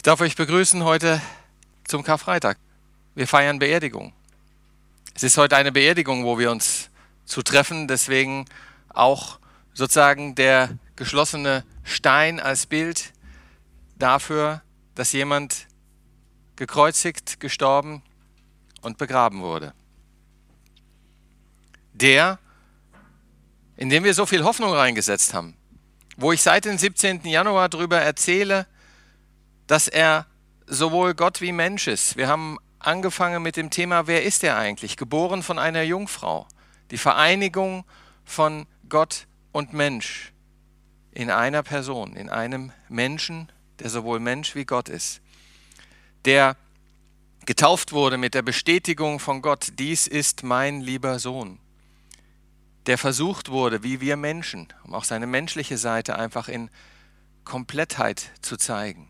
Darf euch begrüßen heute zum Karfreitag. Wir feiern Beerdigung. Es ist heute eine Beerdigung, wo wir uns zu treffen, deswegen auch sozusagen der geschlossene Stein als Bild dafür, dass jemand gekreuzigt, gestorben und begraben wurde. Der, in dem wir so viel Hoffnung reingesetzt haben, wo ich seit dem 17. Januar darüber erzähle, dass er sowohl Gott wie Mensch ist. Wir haben angefangen mit dem Thema, wer ist er eigentlich? Geboren von einer Jungfrau. Die Vereinigung von Gott und Mensch in einer Person, in einem Menschen, der sowohl Mensch wie Gott ist. Der getauft wurde mit der Bestätigung von Gott, dies ist mein lieber Sohn. Der versucht wurde, wie wir Menschen, um auch seine menschliche Seite einfach in Komplettheit zu zeigen.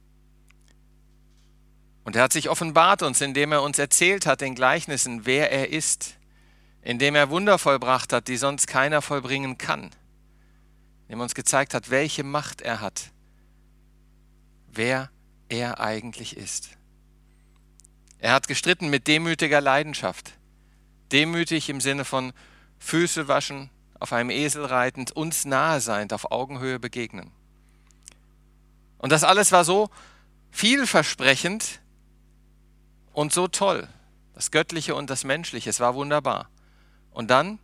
Und er hat sich offenbart uns, indem er uns erzählt hat in Gleichnissen, wer er ist, indem er Wunder vollbracht hat, die sonst keiner vollbringen kann, indem er uns gezeigt hat, welche Macht er hat, wer er eigentlich ist. Er hat gestritten mit demütiger Leidenschaft, demütig im Sinne von Füße waschen, auf einem Esel reitend, uns nahe seiend, auf Augenhöhe begegnen. Und das alles war so vielversprechend und so toll. Das Göttliche und das Menschliche, es war wunderbar. Und dann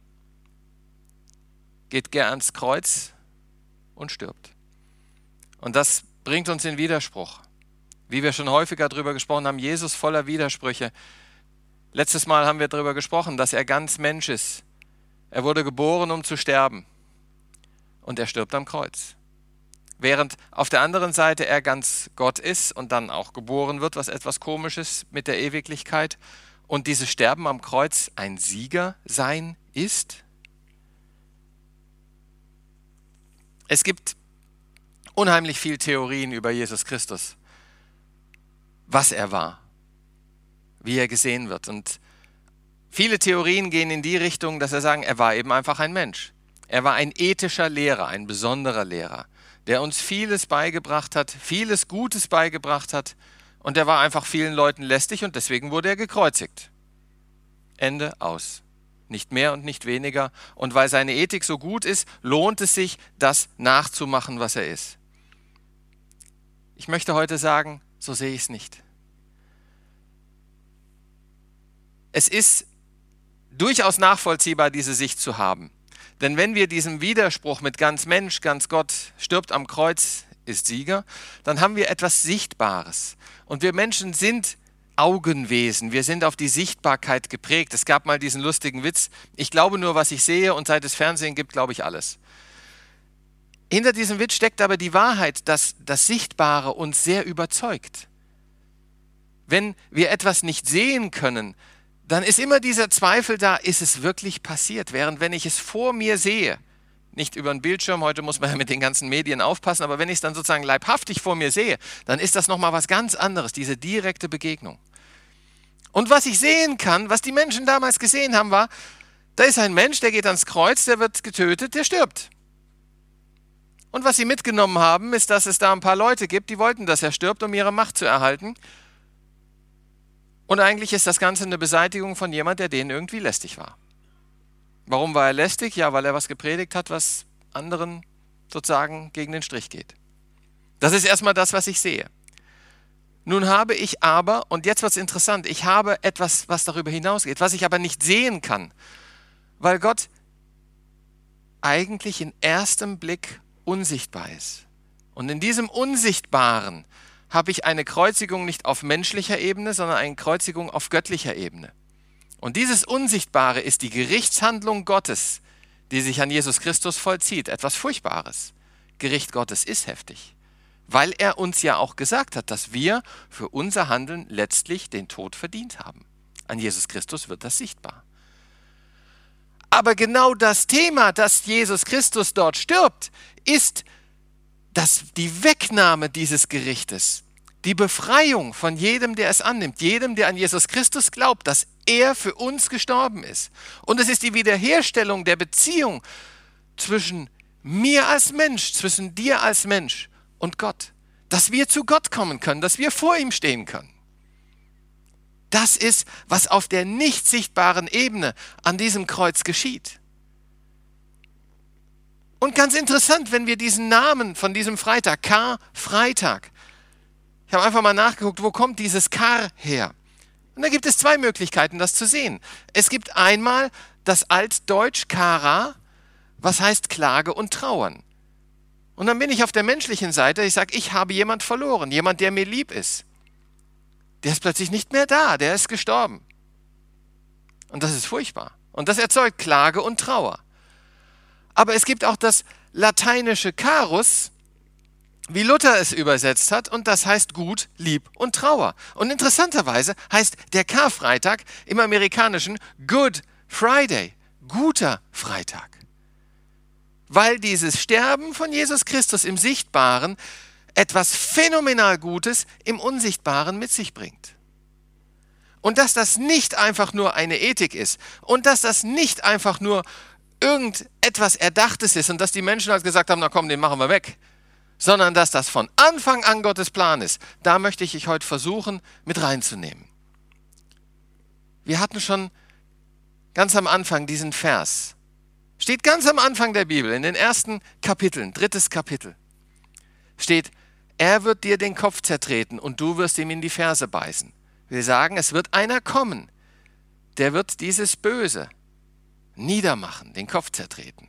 geht er ans Kreuz und stirbt. Und das bringt uns in Widerspruch. Wie wir schon häufiger darüber gesprochen haben, Jesus voller Widersprüche. Letztes Mal haben wir darüber gesprochen, dass er ganz Mensch ist. Er wurde geboren, um zu sterben. Und er stirbt am Kreuz. Während auf der anderen Seite er ganz Gott ist und dann auch geboren wird, was etwas komisch ist mit der Ewiglichkeit. Und dieses Sterben am Kreuz ein Sieger sein ist. Es gibt unheimlich viele Theorien über Jesus Christus, was er war, wie er gesehen wird. Und viele Theorien gehen in die Richtung, dass er sagen, er war eben einfach ein Mensch. Er war ein ethischer Lehrer, ein besonderer Lehrer, der uns vieles beigebracht hat, vieles Gutes beigebracht hat. Und er war einfach vielen Leuten lästig und deswegen wurde er gekreuzigt. Ende, aus. Nicht mehr und nicht weniger. Und weil seine Ethik so gut ist, lohnt es sich, das nachzumachen, was er ist. Ich möchte heute sagen, so sehe ich es nicht. Es ist durchaus nachvollziehbar, diese Sicht zu haben. Denn wenn wir diesen Widerspruch mit ganz Mensch, ganz Gott, stirbt am Kreuz, ist Sieger, dann haben wir etwas Sichtbares. Und wir Menschen sind Augenwesen, wir sind auf die Sichtbarkeit geprägt. Es gab mal diesen lustigen Witz, ich glaube nur, was ich sehe und seit es Fernsehen gibt, glaube ich alles. Hinter diesem Witz steckt aber die Wahrheit, dass das Sichtbare uns sehr überzeugt. Wenn wir etwas nicht sehen können, dann ist immer dieser Zweifel da, ist es wirklich passiert? Während wenn ich es vor mir sehe, nicht über einen Bildschirm, heute muss man ja mit den ganzen Medien aufpassen, aber wenn ich es dann sozusagen leibhaftig vor mir sehe, dann ist das nochmal was ganz anderes, diese direkte Begegnung. Und was ich sehen kann, was die Menschen damals gesehen haben, war, da ist ein Mensch, der geht ans Kreuz, der wird getötet, der stirbt. Und was sie mitgenommen haben, ist, dass es da ein paar Leute gibt, die wollten, dass er stirbt, um ihre Macht zu erhalten. Und eigentlich ist das Ganze eine Beseitigung von jemand, der denen irgendwie lästig war. Warum war er lästig? Ja, weil er was gepredigt hat, was anderen sozusagen gegen den Strich geht. Das ist erstmal das, was ich sehe. Nun habe ich aber, und jetzt wird es interessant, ich habe etwas, was darüber hinausgeht, was ich aber nicht sehen kann, weil Gott eigentlich in erstem Blick unsichtbar ist. Und in diesem Unsichtbaren habe ich eine Kreuzigung nicht auf menschlicher Ebene, sondern eine Kreuzigung auf göttlicher Ebene. Und dieses Unsichtbare ist die Gerichtshandlung Gottes, die sich an Jesus Christus vollzieht. Etwas Furchtbares. Gericht Gottes ist heftig, weil er uns ja auch gesagt hat, dass wir für unser Handeln letztlich den Tod verdient haben. An Jesus Christus wird das sichtbar. Aber genau das Thema, dass Jesus Christus dort stirbt, ist die Wegnahme dieses Gerichtes, die Befreiung von jedem, der es annimmt, jedem, der an Jesus Christus glaubt, dass er für uns gestorben ist. Und es ist die Wiederherstellung der Beziehung zwischen mir als Mensch, zwischen dir als Mensch und Gott. dass wir zu Gott kommen können, dass wir vor ihm stehen können. Das ist, was auf der nicht sichtbaren Ebene an diesem Kreuz geschieht. Und ganz interessant, wenn wir diesen Namen von diesem Freitag, Karfreitag, ich habe einfach mal nachgeguckt, wo kommt dieses Kar her? Und da gibt es zwei Möglichkeiten, das zu sehen. Es gibt einmal das Altdeutsch Kara, was heißt Klage und Trauern. Und dann bin ich auf der menschlichen Seite, ich sage, ich habe jemand verloren, jemand, der mir lieb ist. Der ist plötzlich nicht mehr da, der ist gestorben. Und das ist furchtbar. Und das erzeugt Klage und Trauer. Aber es gibt auch das lateinische Carus, wie Luther es übersetzt hat, und das heißt gut, lieb und Trauer. Und interessanterweise heißt der Karfreitag im Amerikanischen Good Friday, guter Freitag. Weil dieses Sterben von Jesus Christus im Sichtbaren etwas phänomenal Gutes im Unsichtbaren mit sich bringt. Und dass das nicht einfach nur eine Ethik ist und dass das nicht einfach nur irgendetwas Erdachtes ist und dass die Menschen halt gesagt haben, na komm, den machen wir weg, sondern dass das von Anfang an Gottes Plan ist. Da möchte ich dich heute versuchen, mit reinzunehmen. Wir hatten schon ganz am Anfang diesen Vers. Steht ganz am Anfang der Bibel, in den ersten Kapiteln, 3. Kapitel, steht, er wird dir den Kopf zertreten und du wirst ihm in die Ferse beißen. Wir sagen, es wird einer kommen, der wird dieses Böse niedermachen, den Kopf zertreten.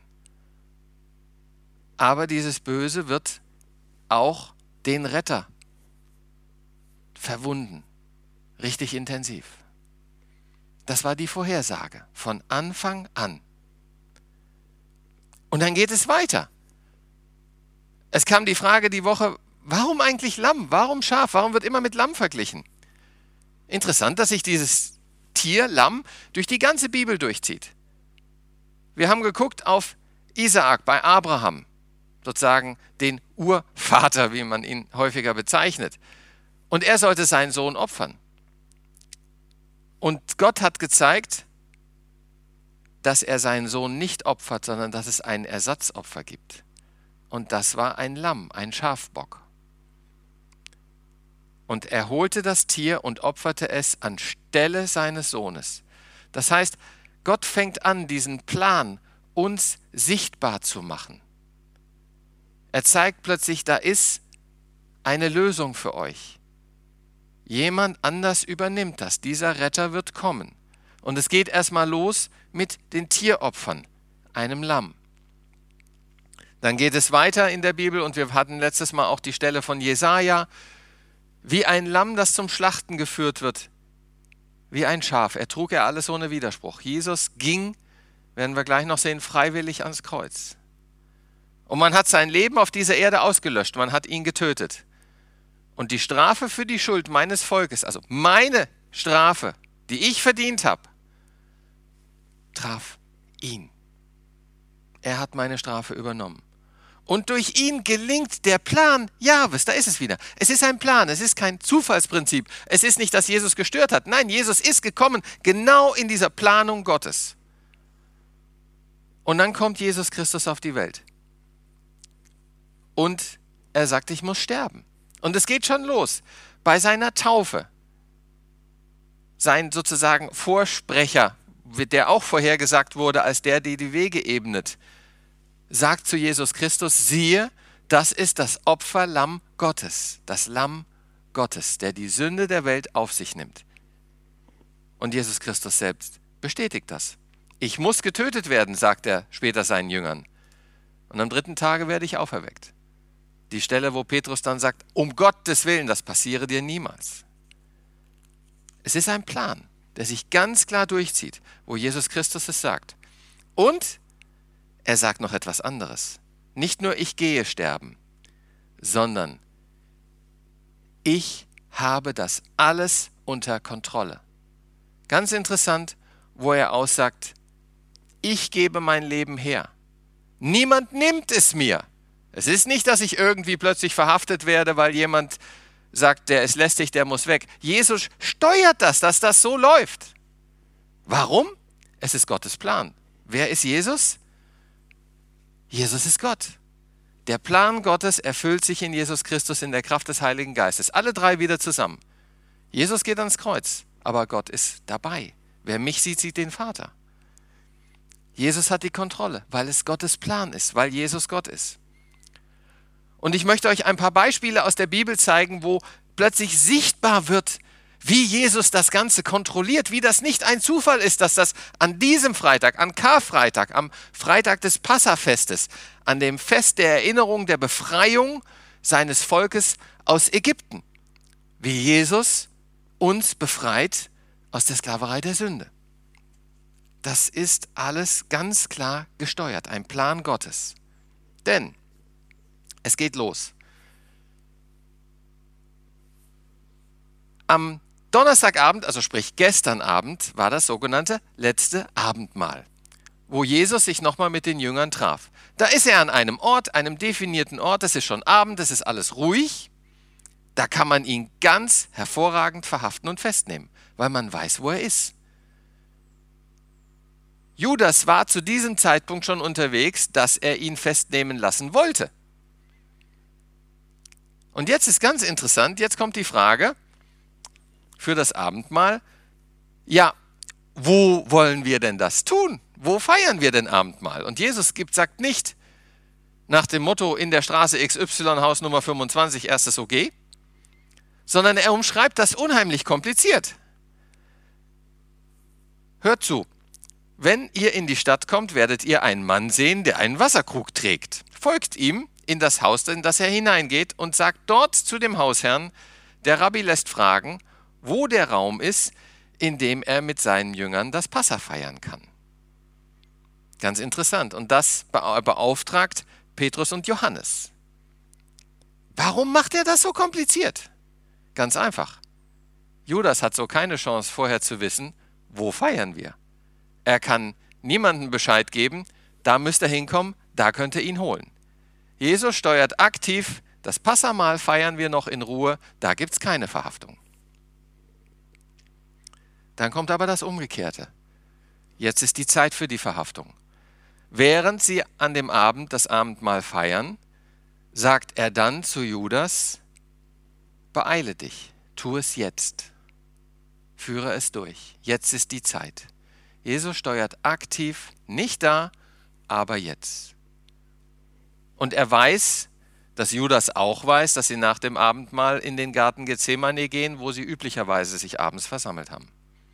Aber dieses Böse wird auch den Retter verwunden, richtig intensiv. Das war die Vorhersage von Anfang an. Und dann geht es weiter. Es kam die Frage die Woche, warum eigentlich Lamm? Warum Schaf? Warum wird immer mit Lamm verglichen? Interessant, dass sich dieses Tier, Lamm, durch die ganze Bibel durchzieht. Wir haben geguckt auf Isaak bei Abraham, sozusagen den Urvater, wie man ihn häufiger bezeichnet. Und er sollte seinen Sohn opfern. Und Gott hat gezeigt, dass er seinen Sohn nicht opfert, sondern dass es ein Ersatzopfer gibt. Und das war ein Lamm, ein Schafbock. Und er holte das Tier und opferte es anstelle seines Sohnes. Das heißt, Gott fängt an, diesen Plan uns sichtbar zu machen. Er zeigt plötzlich, da ist eine Lösung für euch. Jemand anders übernimmt das. Dieser Retter wird kommen. Und es geht erstmal los mit den Tieropfern, einem Lamm. Dann geht es weiter in der Bibel und wir hatten letztes Mal auch die Stelle von Jesaja, wie ein Lamm, das zum Schlachten geführt wird, wie ein Schaf. Er trug ja alles ohne Widerspruch. Jesus ging, werden wir gleich noch sehen, freiwillig ans Kreuz. Und man hat sein Leben auf dieser Erde ausgelöscht, man hat ihn getötet. Und die Strafe für die Schuld meines Volkes, also meine Strafe, die ich verdient habe, traf ihn. Er hat meine Strafe übernommen. Und durch ihn gelingt der Plan Jahwes. Da ist es wieder. Es ist ein Plan, es ist kein Zufallsprinzip. Es ist nicht, dass Jesus gestört hat. Nein, Jesus ist gekommen, genau in dieser Planung Gottes. Und dann kommt Jesus Christus auf die Welt. Und er sagt, ich muss sterben. Und es geht schon los. Bei seiner Taufe. Sein sozusagen Vorsprecher, der auch vorhergesagt wurde als der die Wege ebnet, sagt zu Jesus Christus, siehe, das ist das Opferlamm Gottes, das Lamm Gottes, der die Sünde der Welt auf sich nimmt. Und Jesus Christus selbst bestätigt das. Ich muss getötet werden, sagt er später seinen Jüngern. Und am 3. Tage werde ich auferweckt. Die Stelle, wo Petrus dann sagt, um Gottes Willen, das passiere dir niemals. Es ist ein Plan, der sich ganz klar durchzieht, wo Jesus Christus es sagt. Und er sagt noch etwas anderes. Nicht nur ich gehe sterben, sondern ich habe das alles unter Kontrolle. Ganz interessant, wo er aussagt, ich gebe mein Leben her. Niemand nimmt es mir. Es ist nicht, dass ich irgendwie plötzlich verhaftet werde, weil jemand sagt, der ist lästig, der muss weg. Jesus steuert das, dass das so läuft. Warum? Es ist Gottes Plan. Wer ist Jesus? Jesus ist Gott. Der Plan Gottes erfüllt sich in Jesus Christus in der Kraft des Heiligen Geistes. Alle drei wieder zusammen. Jesus geht ans Kreuz, aber Gott ist dabei. Wer mich sieht, sieht den Vater. Jesus hat die Kontrolle, weil es Gottes Plan ist, weil Jesus Gott ist. Und ich möchte euch ein paar Beispiele aus der Bibel zeigen, wo plötzlich sichtbar wird, wie Jesus das Ganze kontrolliert, wie das nicht ein Zufall ist, dass das an diesem Freitag, an Karfreitag, am Freitag des Passafestes, an dem Fest der Erinnerung der Befreiung seines Volkes aus Ägypten, wie Jesus uns befreit aus der Sklaverei der Sünde. Das ist alles ganz klar gesteuert, ein Plan Gottes. Denn es geht los. Am Donnerstagabend, also sprich gestern Abend, war das sogenannte letzte Abendmahl, wo Jesus sich nochmal mit den Jüngern traf. Da ist er an einem Ort, einem definierten Ort, es ist schon Abend, es ist alles ruhig. Da kann man ihn ganz hervorragend verhaften und festnehmen, weil man weiß, wo er ist. Judas war zu diesem Zeitpunkt schon unterwegs, dass er ihn festnehmen lassen wollte. Und jetzt ist ganz interessant, jetzt kommt die Frage für das Abendmahl, ja, wo wollen wir denn das tun? Wo feiern wir denn Abendmahl? Und Jesus sagt nicht nach dem Motto in der Straße XY, Haus Nummer 25, erstes OG, sondern er umschreibt das unheimlich kompliziert. Hört zu. Wenn ihr in die Stadt kommt, werdet ihr einen Mann sehen, der einen Wasserkrug trägt. Folgt ihm in das Haus, in das er hineingeht, und sagt dort zu dem Hausherrn, der Rabbi lässt fragen, wo der Raum ist, in dem er mit seinen Jüngern das Passa feiern kann. Ganz interessant. Und das beauftragt Petrus und Johannes. Warum macht er das so kompliziert? Ganz einfach. Judas hat so keine Chance vorher zu wissen, wo feiern wir. Er kann niemandem Bescheid geben, da müsst ihr hinkommen, da könnt ihr ihn holen. Jesus steuert aktiv, das Passamahl feiern wir noch in Ruhe, da gibt es keine Verhaftung. Dann kommt aber das Umgekehrte. Jetzt ist die Zeit für die Verhaftung. Während sie an dem Abend das Abendmahl feiern, sagt er dann zu Judas, beeile dich, tu es jetzt, führe es durch, jetzt ist die Zeit. Jesus steuert aktiv, nicht da, aber jetzt. Und er weiß, dass Judas auch weiß, dass sie nach dem Abendmahl in den Garten Gethsemane gehen, wo sie üblicherweise sich abends versammelt haben.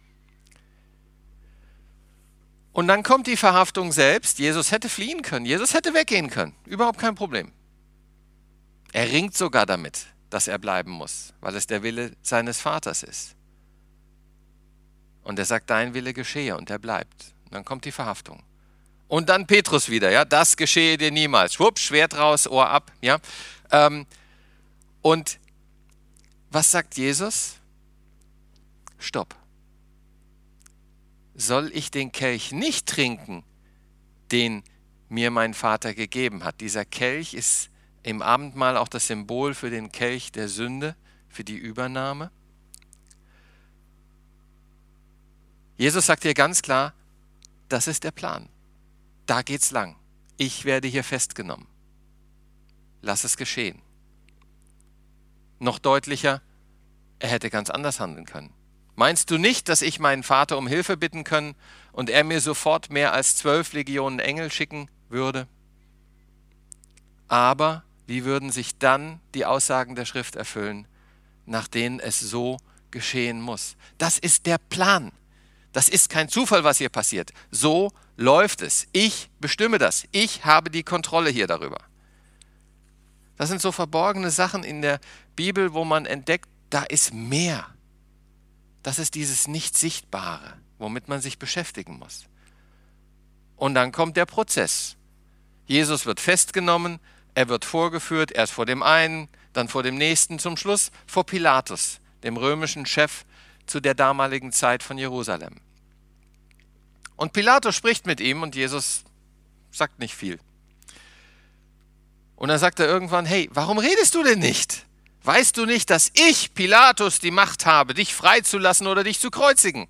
Und dann kommt die Verhaftung selbst. Jesus hätte fliehen können, Jesus hätte weggehen können, überhaupt kein Problem. Er ringt sogar damit, dass er bleiben muss, weil es der Wille seines Vaters ist. Und er sagt, dein Wille geschehe, und er bleibt. Und dann kommt die Verhaftung. Und dann Petrus wieder, ja, das geschehe dir niemals. Schwupp, Schwert raus, Ohr ab, ja. Und was sagt Jesus? Stopp. Soll ich den Kelch nicht trinken, den mir mein Vater gegeben hat? Dieser Kelch ist im Abendmahl auch das Symbol für den Kelch der Sünde, für die Übernahme. Jesus sagt hier ganz klar, das ist der Plan. Da geht's lang. Ich werde hier festgenommen. Lass es geschehen. Noch deutlicher, er hätte ganz anders handeln können. Meinst du nicht, dass ich meinen Vater um Hilfe bitten können und er mir sofort mehr als 12 Legionen Engel schicken würde? Aber wie würden sich dann die Aussagen der Schrift erfüllen, nach denen es so geschehen muss? Das ist der Plan. Das ist kein Zufall, was hier passiert. So läuft es. Ich bestimme das. Ich habe die Kontrolle hier darüber. Das sind so verborgene Sachen in der Bibel, wo man entdeckt, da ist mehr. Das ist dieses Nicht-Sichtbare, womit man sich beschäftigen muss. Und dann kommt der Prozess. Jesus wird festgenommen, er wird vorgeführt, erst vor dem einen, dann vor dem nächsten, zum Schluss vor Pilatus, dem römischen Chef zu der damaligen Zeit von Jerusalem. Und Pilatus spricht mit ihm und Jesus sagt nicht viel. Und dann sagt er irgendwann, hey, warum redest du denn nicht? Weißt du nicht, dass ich, Pilatus, die Macht habe, dich freizulassen oder dich zu kreuzigen?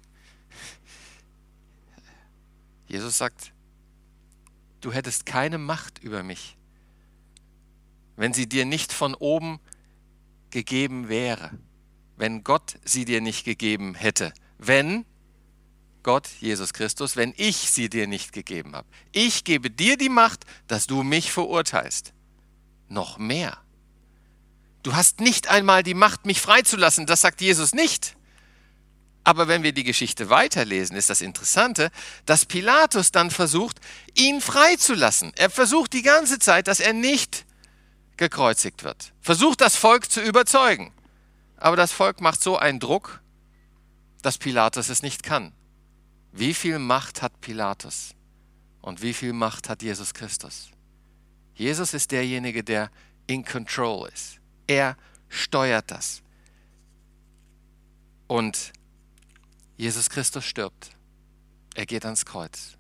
Jesus sagt, du hättest keine Macht über mich, wenn sie dir nicht von oben gegeben wäre, wenn Gott sie dir nicht gegeben hätte, wenn Gott, Jesus Christus, wenn ich sie dir nicht gegeben habe. Ich gebe dir die Macht, dass du mich verurteilst. Noch mehr. Du hast nicht einmal die Macht, mich freizulassen, das sagt Jesus nicht. Aber wenn wir die Geschichte weiterlesen, ist das Interessante, dass Pilatus dann versucht, ihn freizulassen. Er versucht die ganze Zeit, dass er nicht gekreuzigt wird. Versucht das Volk zu überzeugen. Aber das Volk macht so einen Druck, dass Pilatus es nicht kann. Wie viel Macht hat Pilatus? Und wie viel Macht hat Jesus Christus? Jesus ist derjenige, der in Control ist. Er steuert das. Und Jesus Christus stirbt. Er geht ans Kreuz.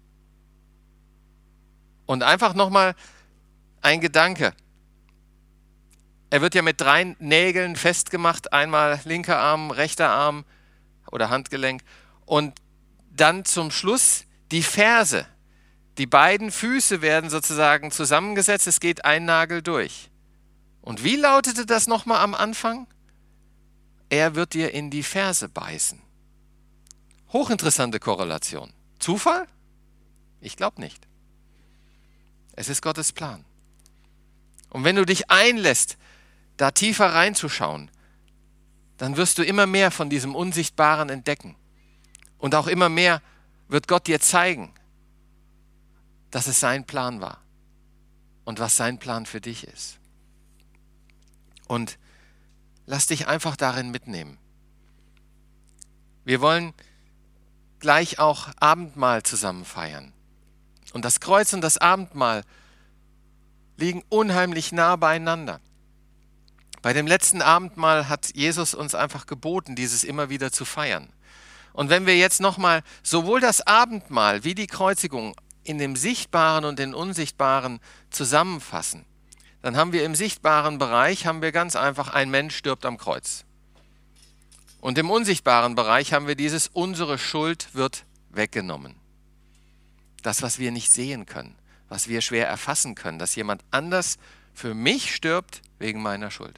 Und einfach nochmal ein Gedanke. Er wird ja mit 3 Nägeln festgemacht, einmal linker Arm, rechter Arm oder Handgelenk. Und dann zum Schluss die Ferse. Die beiden Füße werden sozusagen zusammengesetzt, es geht ein Nagel durch. Und wie lautete das nochmal am Anfang? Er wird dir in die Ferse beißen. Hochinteressante Korrelation. Zufall? Ich glaube nicht. Es ist Gottes Plan. Und wenn du dich einlässt, da tiefer reinzuschauen, dann wirst du immer mehr von diesem Unsichtbaren entdecken. Und auch immer mehr wird Gott dir zeigen, dass es sein Plan war und was sein Plan für dich ist. Und lass dich einfach darin mitnehmen. Wir wollen gleich auch Abendmahl zusammen feiern. Und das Kreuz und das Abendmahl liegen unheimlich nah beieinander. Bei dem letzten Abendmahl hat Jesus uns einfach geboten, dieses immer wieder zu feiern. Und wenn wir jetzt nochmal sowohl das Abendmahl wie die Kreuzigung in dem Sichtbaren und den Unsichtbaren zusammenfassen, dann haben wir im sichtbaren Bereich, ganz einfach, ein Mensch stirbt am Kreuz. Und im unsichtbaren Bereich haben wir dieses, unsere Schuld wird weggenommen. Das, was wir nicht sehen können, was wir schwer erfassen können, dass jemand anders für mich stirbt wegen meiner Schuld.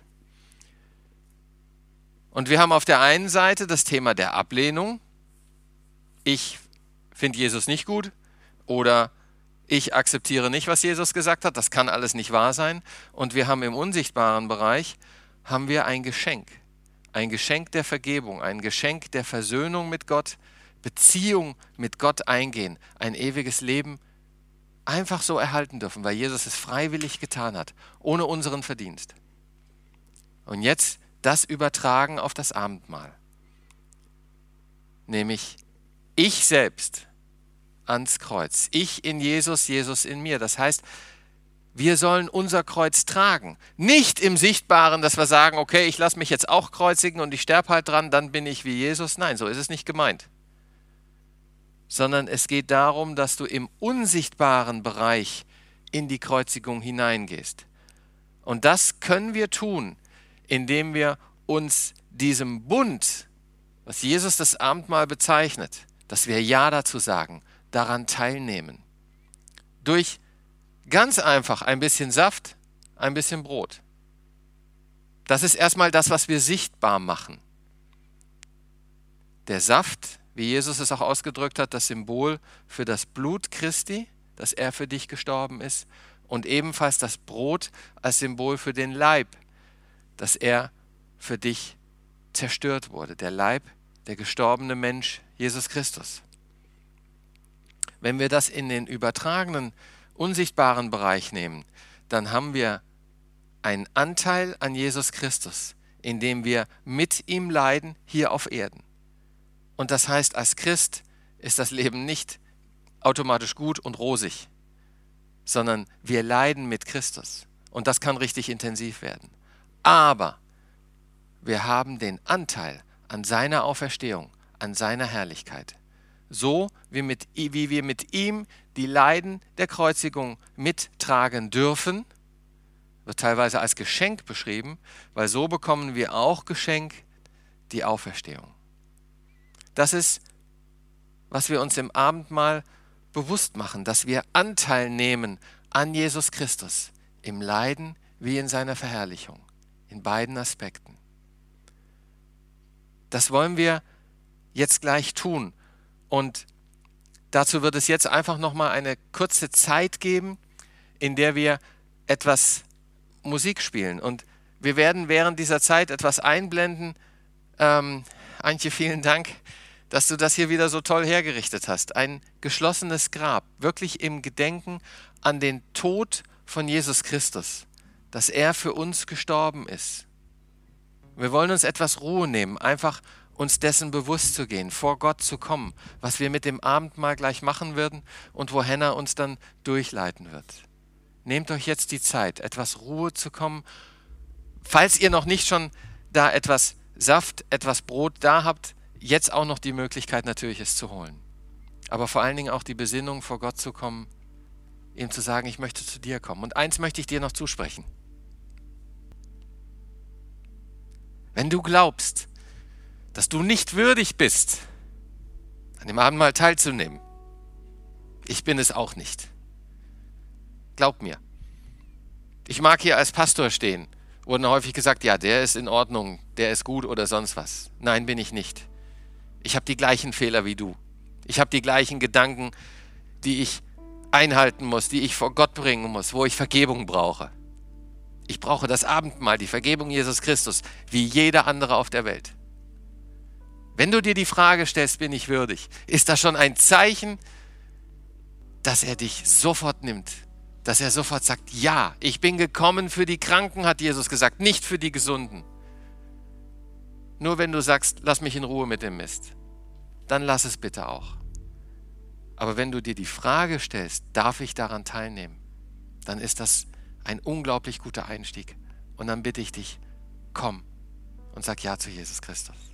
Und wir haben auf der einen Seite das Thema der Ablehnung. Ich finde Jesus nicht gut oder ich akzeptiere nicht, was Jesus gesagt hat. Das kann alles nicht wahr sein. Und wir haben im unsichtbaren Bereich ein Geschenk der Vergebung, ein Geschenk der Versöhnung mit Gott, Beziehung mit Gott eingehen, ein ewiges Leben einfach so erhalten dürfen, weil Jesus es freiwillig getan hat, ohne unseren Verdienst. Und jetzt das übertragen auf das Abendmahl. Nämlich ich selbst ans Kreuz. Ich in Jesus, Jesus in mir. Das heißt, wir sollen unser Kreuz tragen. Nicht im Sichtbaren, dass wir sagen, okay, ich lasse mich jetzt auch kreuzigen und ich sterbe halt dran, dann bin ich wie Jesus. Nein, so ist es nicht gemeint. Sondern es geht darum, dass du im unsichtbaren Bereich in die Kreuzigung hineingehst. Und das können wir tun, indem wir uns diesem Bund, was Jesus das Abendmahl bezeichnet, dass wir Ja dazu sagen, daran teilnehmen. Durch ganz einfach ein bisschen Saft, ein bisschen Brot. Das ist erstmal das, was wir sichtbar machen. Der Saft, wie Jesus es auch ausgedrückt hat, das Symbol für das Blut Christi, dass er für dich gestorben ist, und ebenfalls das Brot als Symbol für den Leib, dass er für dich zerstört wurde. Der Leib, der gestorbene Mensch, Jesus Christus. Wenn wir das in den übertragenen, unsichtbaren Bereich nehmen, dann haben wir einen Anteil an Jesus Christus, indem wir mit ihm leiden hier auf Erden. Und das heißt, als Christ ist das Leben nicht automatisch gut und rosig, sondern wir leiden mit Christus. Und das kann richtig intensiv werden. Aber wir haben den Anteil an seiner Auferstehung, an seiner Herrlichkeit. So wie wir mit ihm die Leiden der Kreuzigung mittragen dürfen, wird teilweise als Geschenk beschrieben, weil so bekommen wir auch Geschenk die Auferstehung. Das ist, was wir uns im Abendmahl bewusst machen, dass wir Anteil nehmen an Jesus Christus im Leiden wie in seiner Verherrlichung, in beiden Aspekten. Das wollen wir jetzt gleich tun. Und dazu wird es jetzt einfach nochmal eine kurze Zeit geben, in der wir etwas Musik spielen. Und wir werden während dieser Zeit etwas einblenden. Antje, vielen Dank, dass du das hier wieder so toll hergerichtet hast. Ein geschlossenes Grab, wirklich im Gedenken an den Tod von Jesus Christus, dass er für uns gestorben ist. Wir wollen uns etwas Ruhe nehmen, einfach uns dessen bewusst zu gehen, vor Gott zu kommen, was wir mit dem Abendmahl gleich machen würden und wo Henna uns dann durchleiten wird. Nehmt euch jetzt die Zeit, etwas Ruhe zu kommen. Falls ihr noch nicht schon da etwas Saft, etwas Brot da habt, jetzt auch noch die Möglichkeit natürlich, es zu holen. Aber vor allen Dingen auch die Besinnung, vor Gott zu kommen, ihm zu sagen, ich möchte zu dir kommen. Und eins möchte ich dir noch zusprechen. Wenn du glaubst, dass du nicht würdig bist, an dem Abendmahl teilzunehmen, ich bin es auch nicht. Glaub mir. Ich mag hier als Pastor stehen. Wurden häufig gesagt, ja, der ist in Ordnung, der ist gut oder sonst was. Nein, bin ich nicht. Ich habe die gleichen Fehler wie du. Ich habe die gleichen Gedanken, die ich einhalten muss, die ich vor Gott bringen muss, wo ich Vergebung brauche. Ich brauche das Abendmahl, die Vergebung Jesus Christus, wie jeder andere auf der Welt. Wenn du dir die Frage stellst, bin ich würdig, ist das schon ein Zeichen, dass er dich sofort nimmt, dass er sofort sagt, ja, ich bin gekommen für die Kranken, hat Jesus gesagt, nicht für die Gesunden. Nur wenn du sagst, lass mich in Ruhe mit dem Mist, dann lass es bitte auch. Aber wenn du dir die Frage stellst, darf ich daran teilnehmen, dann ist das ein unglaublich guter Einstieg. Und dann bitte ich dich, komm und sag Ja zu Jesus Christus.